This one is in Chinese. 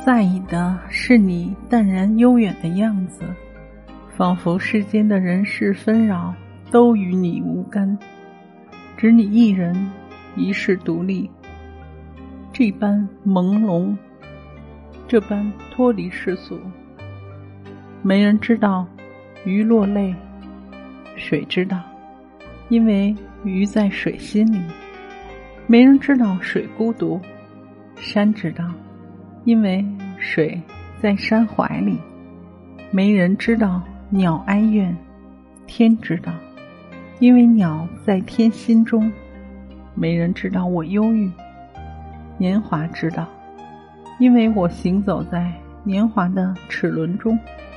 在意的是你淡然悠远的样子，仿佛世间的人事纷扰都与你无干，只你一人一世独立，这般朦胧，这般脱离世俗。没人知道鱼落泪，水知道，因为鱼在水心里。没人知道水孤独，山知道，因为水在山怀里。没人知道鸟哀怨，天知道，因为鸟在天心中。没人知道我忧郁，年华知道，因为我行走在年华的齿轮中。